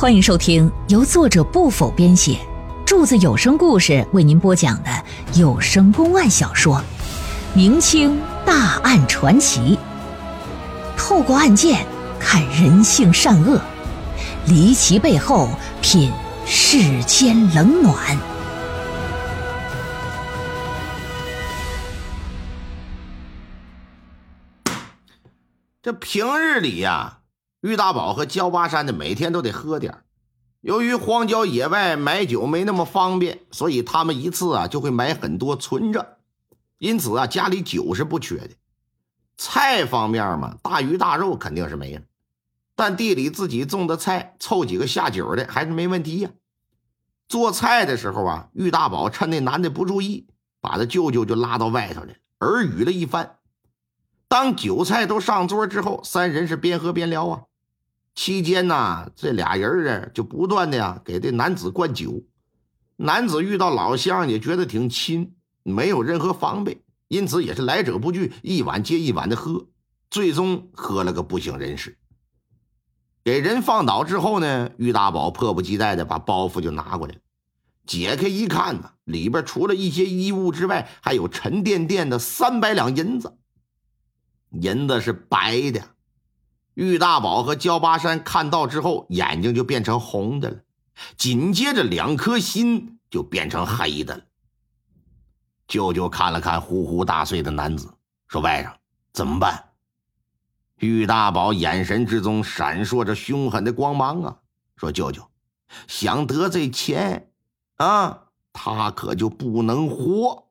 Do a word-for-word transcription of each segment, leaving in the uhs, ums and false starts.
欢迎收听由作者不否编写，柱子有声故事为您播讲的有声公案小说《明清大案传奇》，透过案件看人性善恶，离奇背后品世间冷暖。 这平日里呀、啊，玉大宝和焦巴山的每天都得喝点。由于荒郊野外买酒没那么方便，所以他们一次啊就会买很多存着。因此啊，家里酒是不缺的。菜方面嘛，大鱼大肉肯定是没了，但地里自己种的菜，凑几个下酒的还是没问题呀、啊。做菜的时候啊，玉大宝趁那男的不注意，把他舅舅就拉到外头来，耳语了一番。当酒菜都上桌之后，三人是边喝边聊啊。期间呢，这俩人啊就不断的呀给这男子灌酒。男子遇到老乡也觉得挺亲，没有任何防备，因此也是来者不拒，一碗接一碗的喝，最终喝了个不省人事。给人放倒之后呢，玉大宝迫不及待的把包袱就拿过来了，解开一看呢，里边除了一些衣物之外，还有沉甸甸的三百两银子。银子是白的，玉大宝和焦巴山看到之后，眼睛就变成红的了，紧接着两颗心就变成黑的了。舅舅看了看呼呼大睡的男子，说：“外甥，怎么办？”玉大宝眼神之中闪烁着凶狠的光芒啊，说：“舅舅，想得这钱啊，他可就不能活。”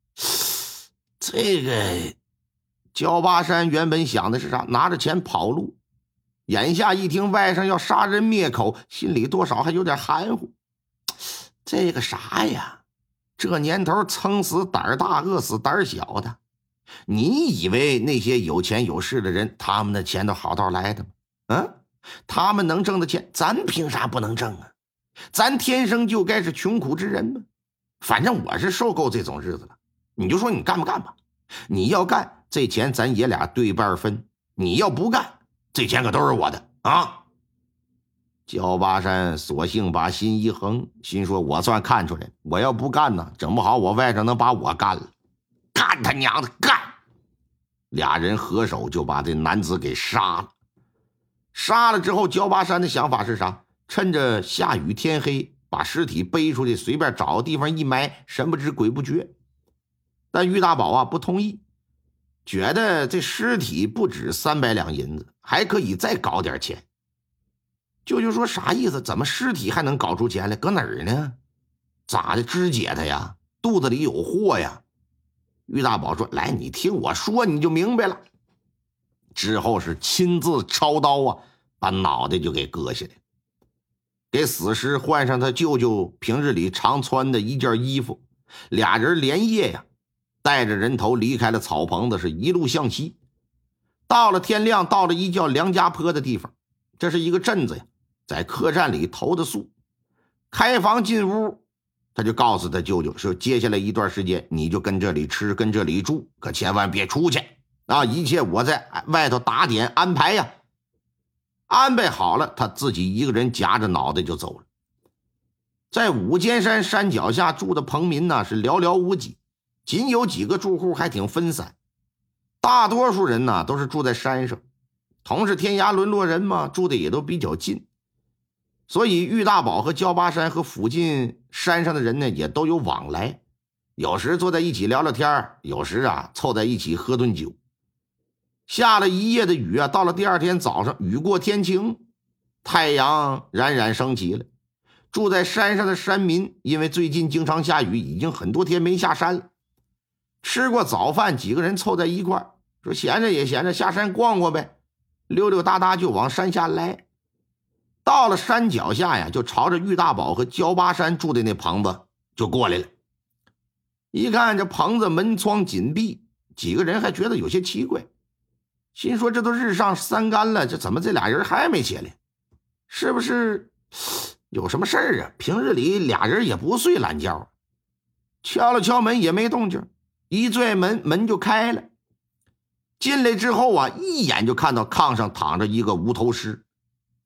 这个焦巴山原本想的是啥？拿着钱跑路。眼下一听外甥要杀人灭口，心里多少还有点含糊。这个啥呀？这年头撑死胆大，饿死胆小的。你以为那些有钱有势的人，他们的钱都好道来的吗？嗯，他们能挣的钱，咱凭啥不能挣啊？咱天生就该是穷苦之人吗？反正我是受够这种日子了。你就说你干不干吧？你要干，这钱咱爷俩对半分；你要不干，这钱可都是我的啊！焦巴山索性把心一横，心说：“我算看出来了，我要不干呢，整不好我外甥能把我干了。干他娘的，干！”俩人合手就把这男子给杀了。杀了之后，焦巴山的想法是啥？趁着下雨天黑，把尸体背出去，随便找个地方一埋，神不知鬼不觉。但玉大宝啊不同意，觉得这尸体不止三百两银子，还可以再搞点钱。舅舅说：“啥意思？怎么尸体还能搞出钱来？搁哪儿呢？咋的？肢解他呀？肚子里有货呀？”玉大宝说：“来，你听我说，你就明白了。”之后是亲自抄刀啊，把脑袋就给割下来，给死尸换上他舅舅平日里常穿的一件衣服。俩人连夜呀，带着人头离开了草棚子，是一路向西。到了天亮，到了一叫梁家坡的地方，这是一个镇子呀，在客栈里投的宿。开房进屋，他就告诉他舅舅说：“接下来一段时间你就跟这里吃，跟这里住，可千万别出去啊！一切我在外头打点安排呀。”安排好了，他自己一个人夹着脑袋就走了。在五间山山脚下住的棚民呢是寥寥无几，仅有几个住户还挺分散，大多数人呢都是住在山上，同是天涯沦落人嘛，住的也都比较近。所以玉大宝和焦巴山和附近山上的人呢也都有往来，有时坐在一起聊聊天，有时啊凑在一起喝顿酒。下了一夜的雨啊，到了第二天早上，雨过天晴，太阳冉冉升起了。住在山上的山民因为最近经常下雨，已经很多天没下山了。吃过早饭，几个人凑在一块儿，说闲着也闲着，下山逛逛呗，溜溜达达就往山下来。到了山脚下呀，就朝着玉大宝和焦巴山住的那棚子就过来了。一看这棚子门窗紧闭，几个人还觉得有些奇怪，心说这都日上三竿了，这怎么这俩人还没起来？是不是有什么事儿啊？平日里俩人也不睡懒觉。敲了敲门也没动静，一拽门，门就开了。进来之后啊，一眼就看到炕上躺着一个无头尸，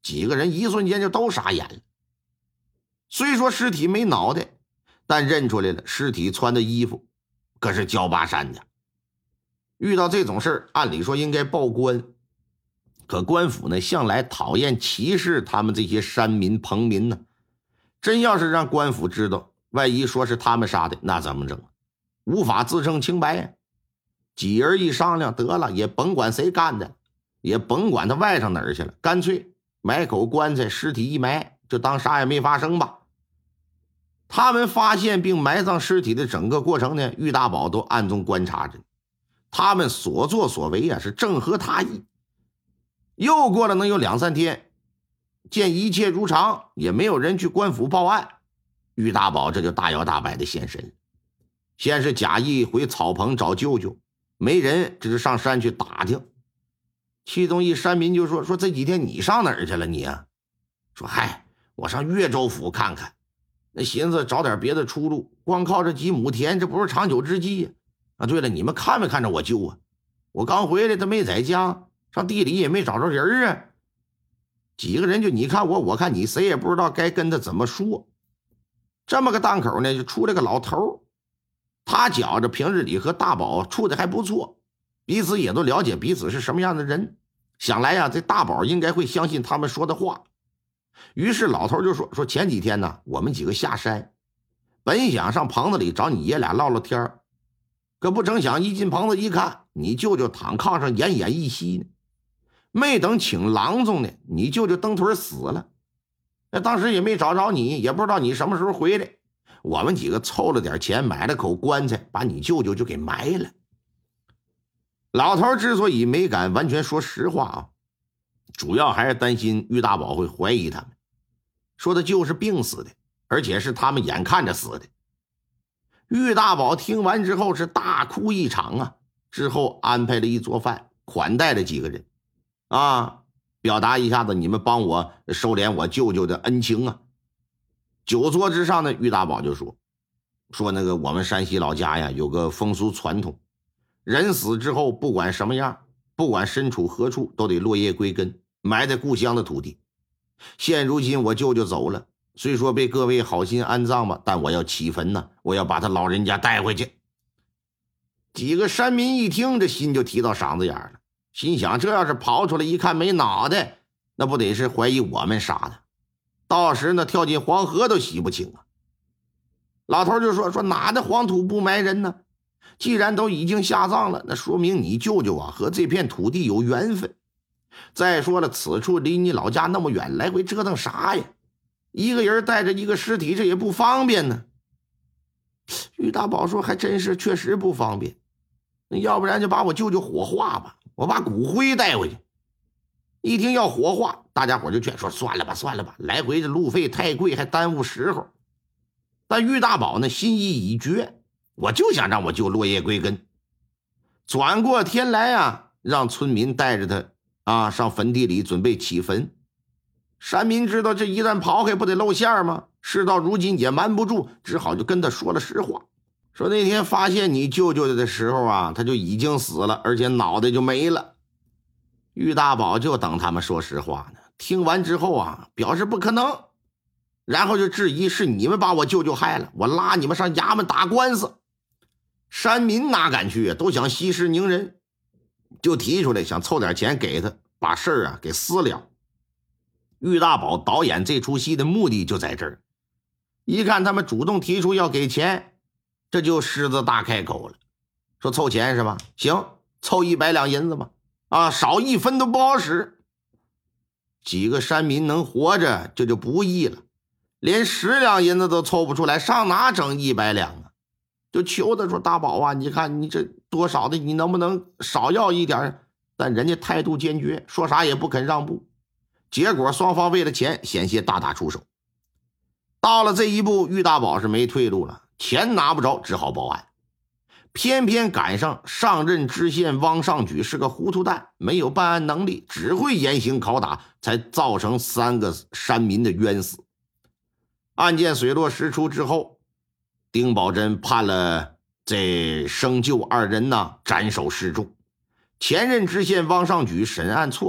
几个人一瞬间就都傻眼了。虽说尸体没脑袋，但认出来了，尸体穿的衣服可是焦巴山的。遇到这种事儿，按理说应该报官，可官府呢向来讨厌歧视他们这些山民彭民呢。真要是让官府知道，万一说是他们杀的，那怎么整？无法自证清白呀。几人一商量，得了，也甭管谁干的，也甭管他外甥哪儿去了，干脆埋口棺材，尸体一埋，就当啥也没发生吧。他们发现并埋葬尸体的整个过程呢，玉大宝都暗中观察着。他们所作所为啊，是正合他意。又过了能有两三天，见一切如常，也没有人去官府报案，玉大宝这就大摇大摆的现身。先是假意回草棚找舅舅，没人，只是上山去打听。其中一山民就说：“说这几天你上哪儿去了你啊？”说：“嗨，我上岳州府看看，那寻思找点别的出路，光靠这几亩田，这不是长久之计呀。啊，对了，你们看没看着我舅啊？我刚回来，他没在家，上地里也没找着人啊。”几个人就你看我，我看你，谁也不知道该跟他怎么说。这么个档口呢，就出来个老头，他觉着平日里和大宝处的还不错，彼此也都了解彼此是什么样的人，想来呀、啊，这大宝应该会相信他们说的话。于是老头就说：“说前几天呢，我们几个下山，本想上棚子里找你爷俩唠唠天，可不成想一进棚子一看，你舅舅躺炕上奄奄一息呢。没等请郎中呢，你舅舅蹬腿死了。那当时也没找着你，也不知道你什么时候回来。我们几个凑了点钱，买了口棺材，把你舅舅就给埋了。”老头之所以没敢完全说实话啊，主要还是担心玉大宝会怀疑他们，说他就是病死的，而且是他们眼看着死的。玉大宝听完之后是大哭一场啊，之后安排了一桌饭，款待了几个人啊，表达一下子你们帮我收敛我舅舅的恩情啊。酒桌之上呢，玉大宝就说说那个我们山西老家呀有个风俗传统，人死之后不管什么样，不管身处何处，都得落叶归根，埋在故乡的土地。现如今我舅舅走了，虽说被各位好心安葬吧，但我要起坟呢，我要把他老人家带回去。几个山民一听，这心就提到嗓子眼了，心想这要是刨出来一看没脑袋，那不得是怀疑我们杀的，到时呢跳进黄河都洗不清啊。老头就说说哪的黄土不埋人呢？既然都已经下葬了，那说明你舅舅啊和这片土地有缘分。再说了，此处离你老家那么远，来回折腾啥呀？一个人带着一个尸体，这也不方便呢。玉大宝说还真是，确实不方便。那要不然就把我舅舅火化吧，我把骨灰带回去。一听要火化，大家伙就劝说算了吧算了吧，来回这路费太贵，还耽误时候。但玉大宝呢心意已决，我就想让我舅落叶归根。转过天来啊，让村民带着他啊上坟地里准备起坟。山民知道这一旦刨开不得露馅吗？事到如今也瞒不住，只好就跟他说了实话，说那天发现你舅舅的时候啊，他就已经死了，而且脑袋就没了。玉大宝就等他们说实话呢，听完之后啊，表示不可能，然后就质疑是你们把我舅舅害了，我拉你们上衙门打官司。山民哪敢去，都想息事宁人，就提出来想凑点钱给他，把事儿啊给私了。玉大宝导演这出戏的目的就在这儿，一看他们主动提出要给钱，这就狮子大开口了，说凑钱是吧？行，凑一百两银子吧，啊，少一分都不好使。几个山民能活着这就不易了，连十两银子都凑不出来，上哪整一百两啊？就求他说大宝啊，你看你这多少的，你能不能少要一点？但人家态度坚决，说啥也不肯让步。结果双方为了钱险些大打出手。到了这一步，玉大宝是没退路了，钱拿不着，只好报案。偏偏赶上上任知县汪尚举是个糊涂蛋，没有办案能力，只会严刑拷打，才造成三个山民的冤死。案件水落石出之后，丁宝珍判了这生舅二人呢斩首示众。前任知县汪尚举审案错误，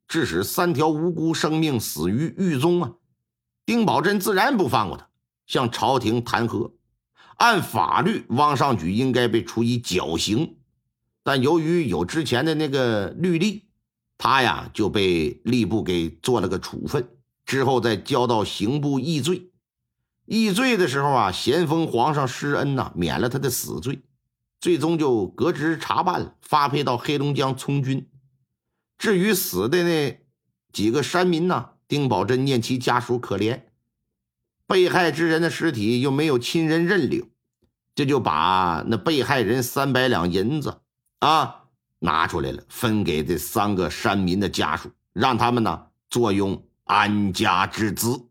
致使三条无辜生命死于狱中啊，丁宝桢自然不放过他，向朝廷弹劾。按法律，汪尚举应该被处以绞刑，但由于有之前的那个律例，他呀就被吏部给做了个处分，之后再交到刑部议罪。议罪的时候啊，咸丰皇上施恩呐、啊，免了他的死罪，最终就革职查办了，发配到黑龙江从军。至于死的那几个山民呢，丁宝桢念其家属可怜，被害之人的尸体又没有亲人认领，这就把那被害人三百两银子啊拿出来了，分给这三个山民的家属，让他们呢作用安家之资。